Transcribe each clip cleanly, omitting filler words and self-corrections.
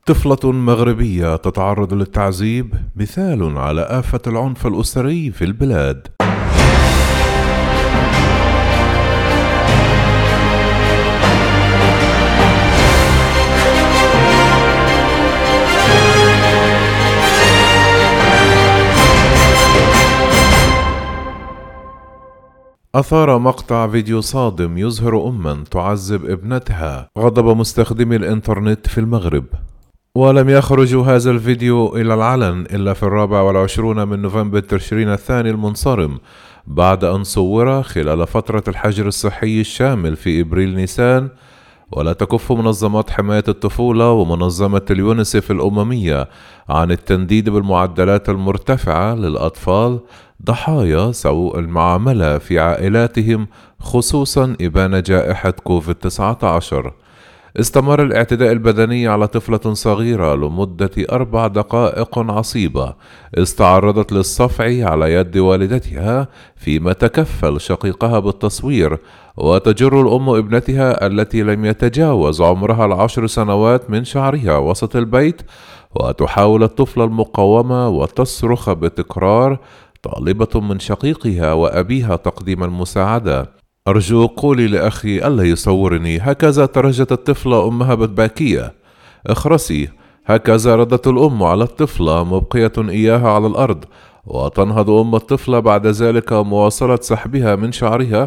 طفلة مغربية تتعرض للتعذيب مثال على آفة العنف الأسري في البلاد. أثار مقطع فيديو صادم يظهر أمًا تعذب ابنتها غضب مستخدمي الإنترنت في المغرب. ولم يخرج هذا الفيديو إلى العلن إلا في 24 من نوفمبر تشرين الثاني المنصرم، بعد أن صور خلال فترة الحجر الصحي الشامل في إبريل نيسان. ولا تكف منظمات حماية الطفولة ومنظمة اليونيسف الأممية عن التنديد بالمعدلات المرتفعة للأطفال ضحايا سوء المعاملة في عائلاتهم، خصوصا إبان جائحة كوفيد-19. استمر الاعتداء البدني على طفلة صغيرة لمدة 4 دقائق عصيبة استعرضت للصفع على يد والدتها، فيما تكفل شقيقها بالتصوير. وتجر الأم ابنتها التي لم يتجاوز عمرها 10 سنوات من شعرها وسط البيت، وتحاول الطفل المقاومة وتصرخ بتكرار، طالبة من شقيقها وأبيها تقديم المساعدة. أرجو قولي لأخي ألا يصورني، هكذا ترجت الطفلة أمها باكية. اخرسي، هكذا ردت الأم على الطفلة مبقية إياها على الأرض. وتنهض أم الطفلة بعد ذلك مواصلة سحبها من شعرها،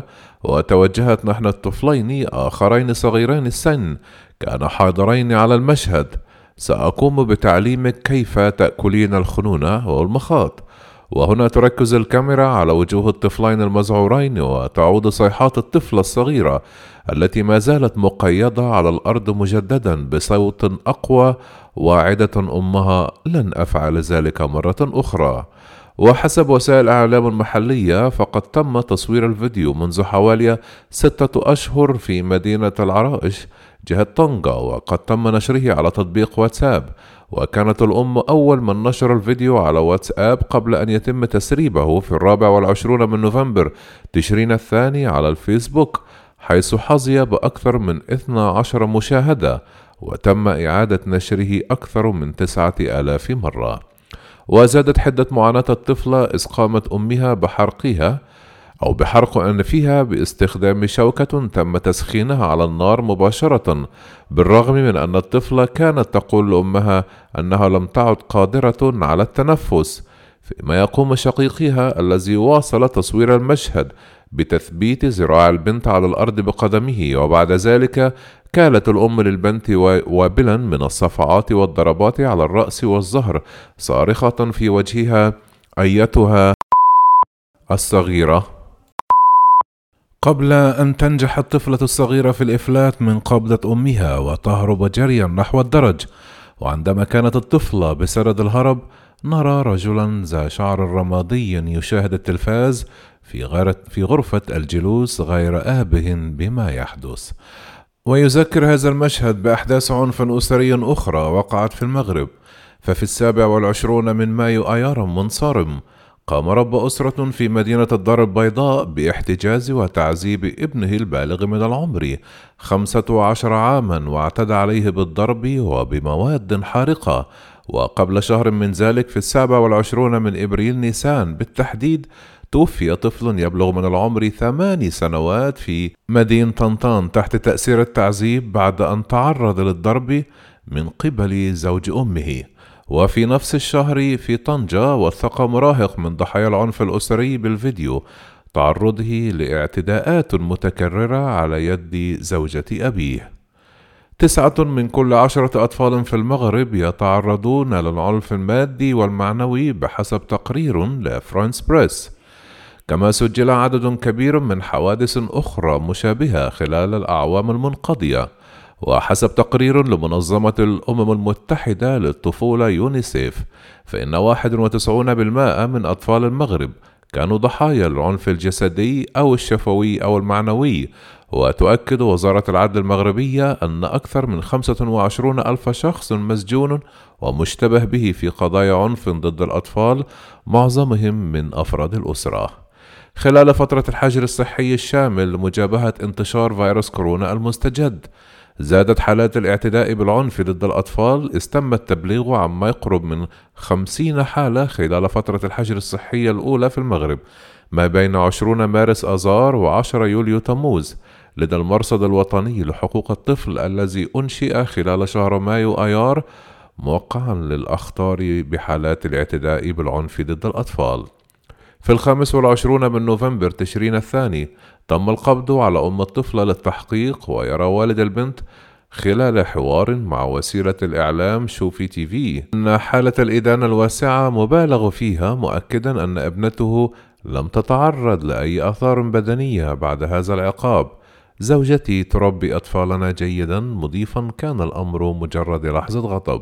وتوجهت نحو الطفلين آخرين صغيرين السن كانا حاضرين على المشهد. سأقوم بتعليمك كيف تأكلين الخنونة والمخاط. وهنا تركز الكاميرا على وجوه الطفلين المذعورين، وتعود صيحات الطفلة الصغيرة التي ما زالت مقيدة على الأرض مجددا بصوت أقوى، واعدة أمها: لن أفعل ذلك مرة أخرى. وحسب وسائل الإعلام المحلية، فقد تم تصوير الفيديو منذ حوالي 6 أشهر في مدينة العرائش جهة طنجة، وقد تم نشره على تطبيق واتساب. وكانت الأم أول من نشر الفيديو على واتساب قبل أن يتم تسريبه في 24 من نوفمبر تشرين الثاني على الفيسبوك، حيث حظي بأكثر من 12 مشاهدة، وتم إعادة نشره أكثر من 9000 مرة. وزادت حدة معاناة الطفلة إذ قامت أمها بحرق أنفها باستخدام شوكة تم تسخينها على النار مباشرة، بالرغم من أن الطفلة كانت تقول لأمها أنها لم تعد قادرة على التنفس. فيما يقوم شقيقها الذي واصل تصوير المشهد بتثبيت ذراع البنت على الأرض بقدمه، وبعد ذلك كالت الأم للبنت وابلا من الصفعات والضربات على الرأس والظهر، صارخة في وجهها: أيتها الصغيرة. قبل أن تنجح الطفلة الصغيرة في الإفلات من قبضة أمها وتهرب جريا نحو الدرج. وعندما كانت الطفلة بسرد الهرب، نرى رجلا ذا شعر رمادي يشاهد التلفاز في غرفة الجلوس غير آبه بما يحدث. ويذكر هذا المشهد بأحداث عنف أسري أخرى وقعت في المغرب. ففي 27 من مايو آيار منصرم، قام رب أسرة في مدينة الدار البيضاء باحتجاز وتعذيب ابنه البالغ من العمر 15 عاما، واعتدى عليه بالضرب وبمواد حارقة. وقبل شهر من ذلك في 27 من إبريل نيسان بالتحديد، توفي طفل يبلغ من العمر 8 سنوات في مدينة طنطان تحت تأثير التعذيب بعد أن تعرض للضرب من قبل زوج أمه. وفي نفس الشهر في طنجة، وثق مراهق من ضحايا العنف الأسري بالفيديو تعرضه لاعتداءات متكررة على يد زوجة أبيه. 9 من كل 10 أطفال في المغرب يتعرضون للعنف المادي والمعنوي بحسب تقرير لفرانس بريس. كما سجل عدد كبير من حوادث أخرى مشابهة خلال الأعوام المنقضية. وحسب تقرير لمنظمة الأمم المتحدة للطفولة يونيسيف، فإن 91% من أطفال المغرب كانوا ضحايا العنف الجسدي أو الشفوي أو المعنوي. وتؤكد وزارة العدل المغربية أن أكثر من 25 ألف شخص مسجون ومشتبه به في قضايا عنف ضد الأطفال، معظمهم من أفراد الأسرة، خلال فترة الحجر الصحي الشامل لمجابهة انتشار فيروس كورونا المستجد. زادت حالات الاعتداء بالعنف ضد الأطفال، إذ تم التبليغ عن ما يقرب من 50 حالة خلال فترة الحجر الصحية الأولى في المغرب ما بين 20 مارس آذار و10 يوليو تموز، لدى المرصد الوطني لحقوق الطفل الذي أنشئ خلال شهر مايو آيار، موقعا للأخطار بحالات الاعتداء بالعنف ضد الأطفال. في 25 من نوفمبر تشرين الثاني تم القبض على أم الطفلة للتحقيق، ويرى والد البنت خلال حوار مع وسيلة الإعلام شوفي تي في أن حالة الإدانة الواسعة مبالغ فيها، مؤكدا أن ابنته لم تتعرض لأي آثار بدنية بعد هذا العقاب. زوجتي تربي أطفالنا جيدا، مضيفا كان الأمر مجرد لحظة غضب.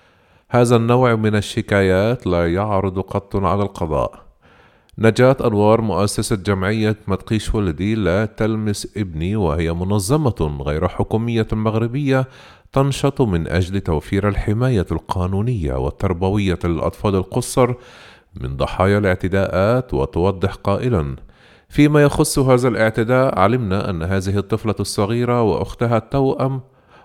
هذا النوع من الشكايات لا يعرض قط على القضاء. نجاة أنوار مؤسسة جمعية مدقيش ولدي لا تلمس ابني، وهي منظمة غير حكومية مغربية تنشط من أجل توفير الحماية القانونية والتربوية للأطفال القُصّر من ضحايا الاعتداءات، وتوضح قائلا: فيما يخص هذا الاعتداء، علمنا أن هذه الطفلة الصغيرة وأختها التوأم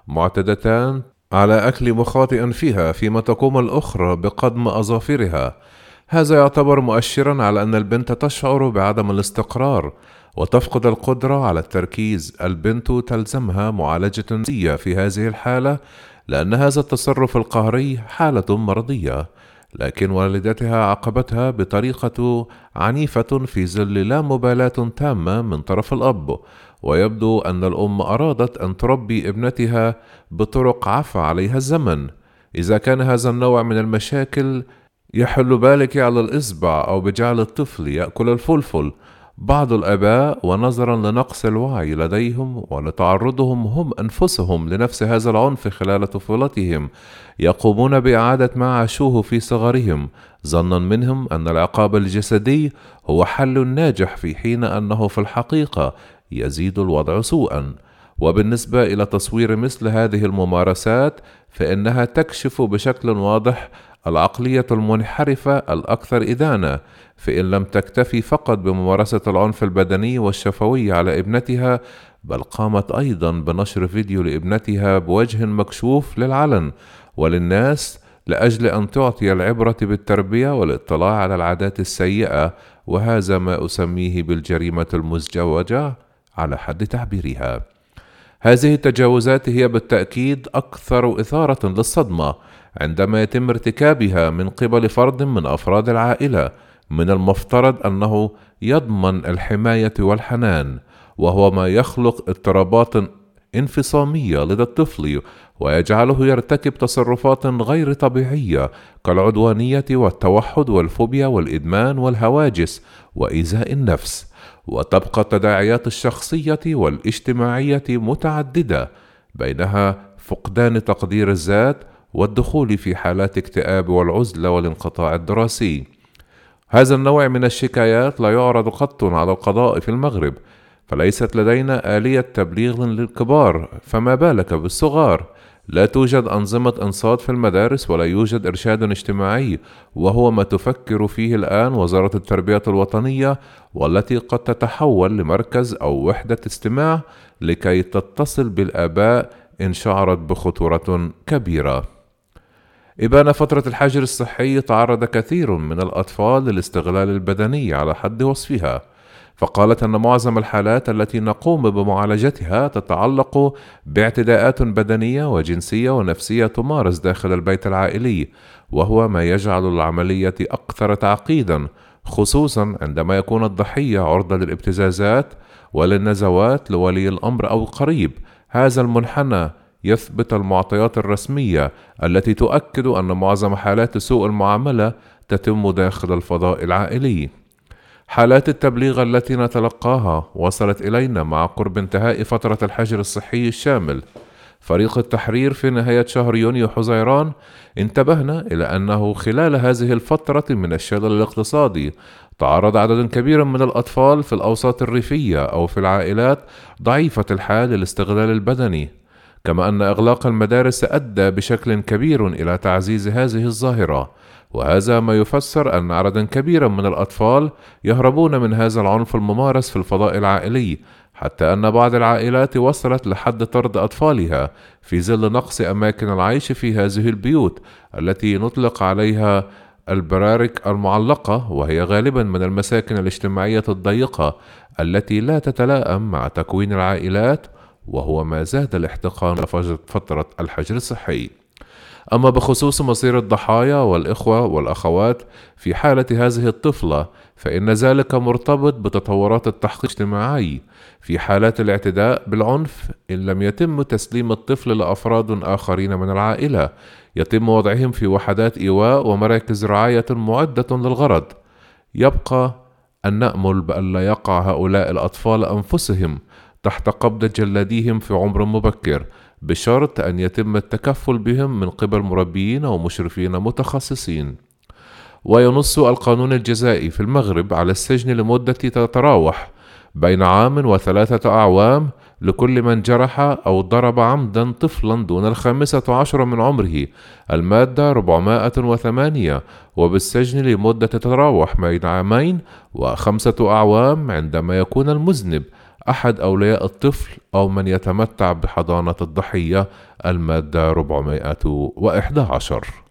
معتدتان على أكل مخاط أنفها، فيما تقوم الأخرى بقضم أظافرها. هذا يعتبر مؤشرا على أن البنت تشعر بعدم الاستقرار وتفقد القدرة على التركيز. البنت تلزمها معالجة نفسية في هذه الحالة، لأن هذا التصرف القهري حالة مرضية، لكن والدتها عاقبتها بطريقة عنيفة في ظل لا مبالاة تامة من طرف الأب. ويبدو أن الأم أرادت أن تربي ابنتها بطرق عفى عليها الزمن. إذا كان هذا النوع من المشاكل يحل بالك على الإصبع أو بجعل الطفل يأكل الفلفل، بعض الآباء ونظرا لنقص الوعي لديهم ولتعرضهم هم أنفسهم لنفس هذا العنف خلال طفولتهم، يقومون بإعادة ما عاشوه في صغرهم، ظنا منهم أن العقاب الجسدي هو حل ناجح، في حين أنه في الحقيقة يزيد الوضع سوءا. وبالنسبة إلى تصوير مثل هذه الممارسات، فإنها تكشف بشكل واضح العقلية المنحرفة الأكثر إدانة، فإن لم تكتفي فقط بممارسة العنف البدني والشفوي على ابنتها، بل قامت أيضا بنشر فيديو لابنتها بوجه مكشوف للعلن وللناس، لأجل أن تعطي العبرة بالتربية والاطلاع على العادات السيئة، وهذا ما أسميه بالجريمة المزدوجة على حد تعبيرها. هذه التجاوزات هي بالتأكيد أكثر إثارة للصدمة عندما يتم ارتكابها من قبل فرد من أفراد العائلة من المفترض أنه يضمن الحماية والحنان، وهو ما يخلق اضطرابات انفصامية لدى الطفل ويجعله يرتكب تصرفات غير طبيعية كالعدوانية والتوحد والفوبيا والإدمان والهواجس وإيذاء النفس. وتبقى التداعيات الشخصية والاجتماعية متعددة، بينها فقدان تقدير الذات والدخول في حالات اكتئاب والعزلة والانقطاع الدراسي. هذا النوع من الشكايات لا يعرض قط على القضاء في المغرب، فليست لدينا آلية تبليغ للكبار، فما بالك بالصغار؟ لا توجد أنظمة إنصات في المدارس، ولا يوجد إرشاد اجتماعي، وهو ما تفكر فيه الآن وزارة التربية الوطنية، والتي قد تتحول لمركز أو وحدة استماع لكي تتصل بالآباء إن شعرت بخطورة كبيرة. إبان فترة الحجر الصحي تعرض كثير من الأطفال للاستغلال البدني على حد وصفها، فقالت أن معظم الحالات التي نقوم بمعالجتها تتعلق باعتداءات بدنية وجنسية ونفسية تمارس داخل البيت العائلي، وهو ما يجعل العملية أكثر تعقيدا، خصوصا عندما يكون الضحية عرضة للابتزازات وللنزوات لولي الأمر أو قريب. هذا المنحنى يثبت المعطيات الرسمية التي تؤكد أن معظم حالات سوء المعاملة تتم داخل الفضاء العائلي. حالات التبليغ التي نتلقاها وصلت إلينا مع قرب انتهاء فترة الحجر الصحي الشامل. فريق التحرير في نهاية شهر يونيو حزيران انتبهنا إلى أنه خلال هذه الفترة من الشلل الاقتصادي تعرض عدد كبير من الأطفال في الأوساط الريفية أو في العائلات ضعيفة الحال للاستغلال البدني. كما أن إغلاق المدارس أدى بشكل كبير إلى تعزيز هذه الظاهرة، وهذا ما يفسر أن عددا كبيرا من الأطفال يهربون من هذا العنف الممارس في الفضاء العائلي، حتى أن بعض العائلات وصلت لحد طرد أطفالها في ظل نقص أماكن العيش في هذه البيوت التي نطلق عليها البرارك المعلقة، وهي غالبا من المساكن الاجتماعية الضيقة التي لا تتلائم مع تكوين العائلات، وهو ما زاد الاحتقان لفترة الحجر الصحي. أما بخصوص مصير الضحايا والإخوة والأخوات في حالة هذه الطفلة، فإن ذلك مرتبط بتطورات التحقيق الاجتماعي. في حالات الاعتداء بالعنف، إن لم يتم تسليم الطفل لأفراد آخرين من العائلة، يتم وضعهم في وحدات إيواء ومراكز رعاية معدة للغرض. يبقى أن نأمل بألا يقع هؤلاء الأطفال أنفسهم تحت قبضة جلاديهم في عمر مبكر، بشرط أن يتم التكفل بهم من قبل مربيين أو مشرفين متخصصين. وينص القانون الجزائي في المغرب على السجن لمدة تتراوح بين 1 و3 أعوام لكل من جرح أو ضرب عمدا طفلا دون 15 من عمره، المادة 408، وبالسجن لمدة تتراوح بين 2 و5 أعوام عندما يكون المذنب أحد أولياء الطفل أو من يتمتع بحضانة الضحية، المادة 411.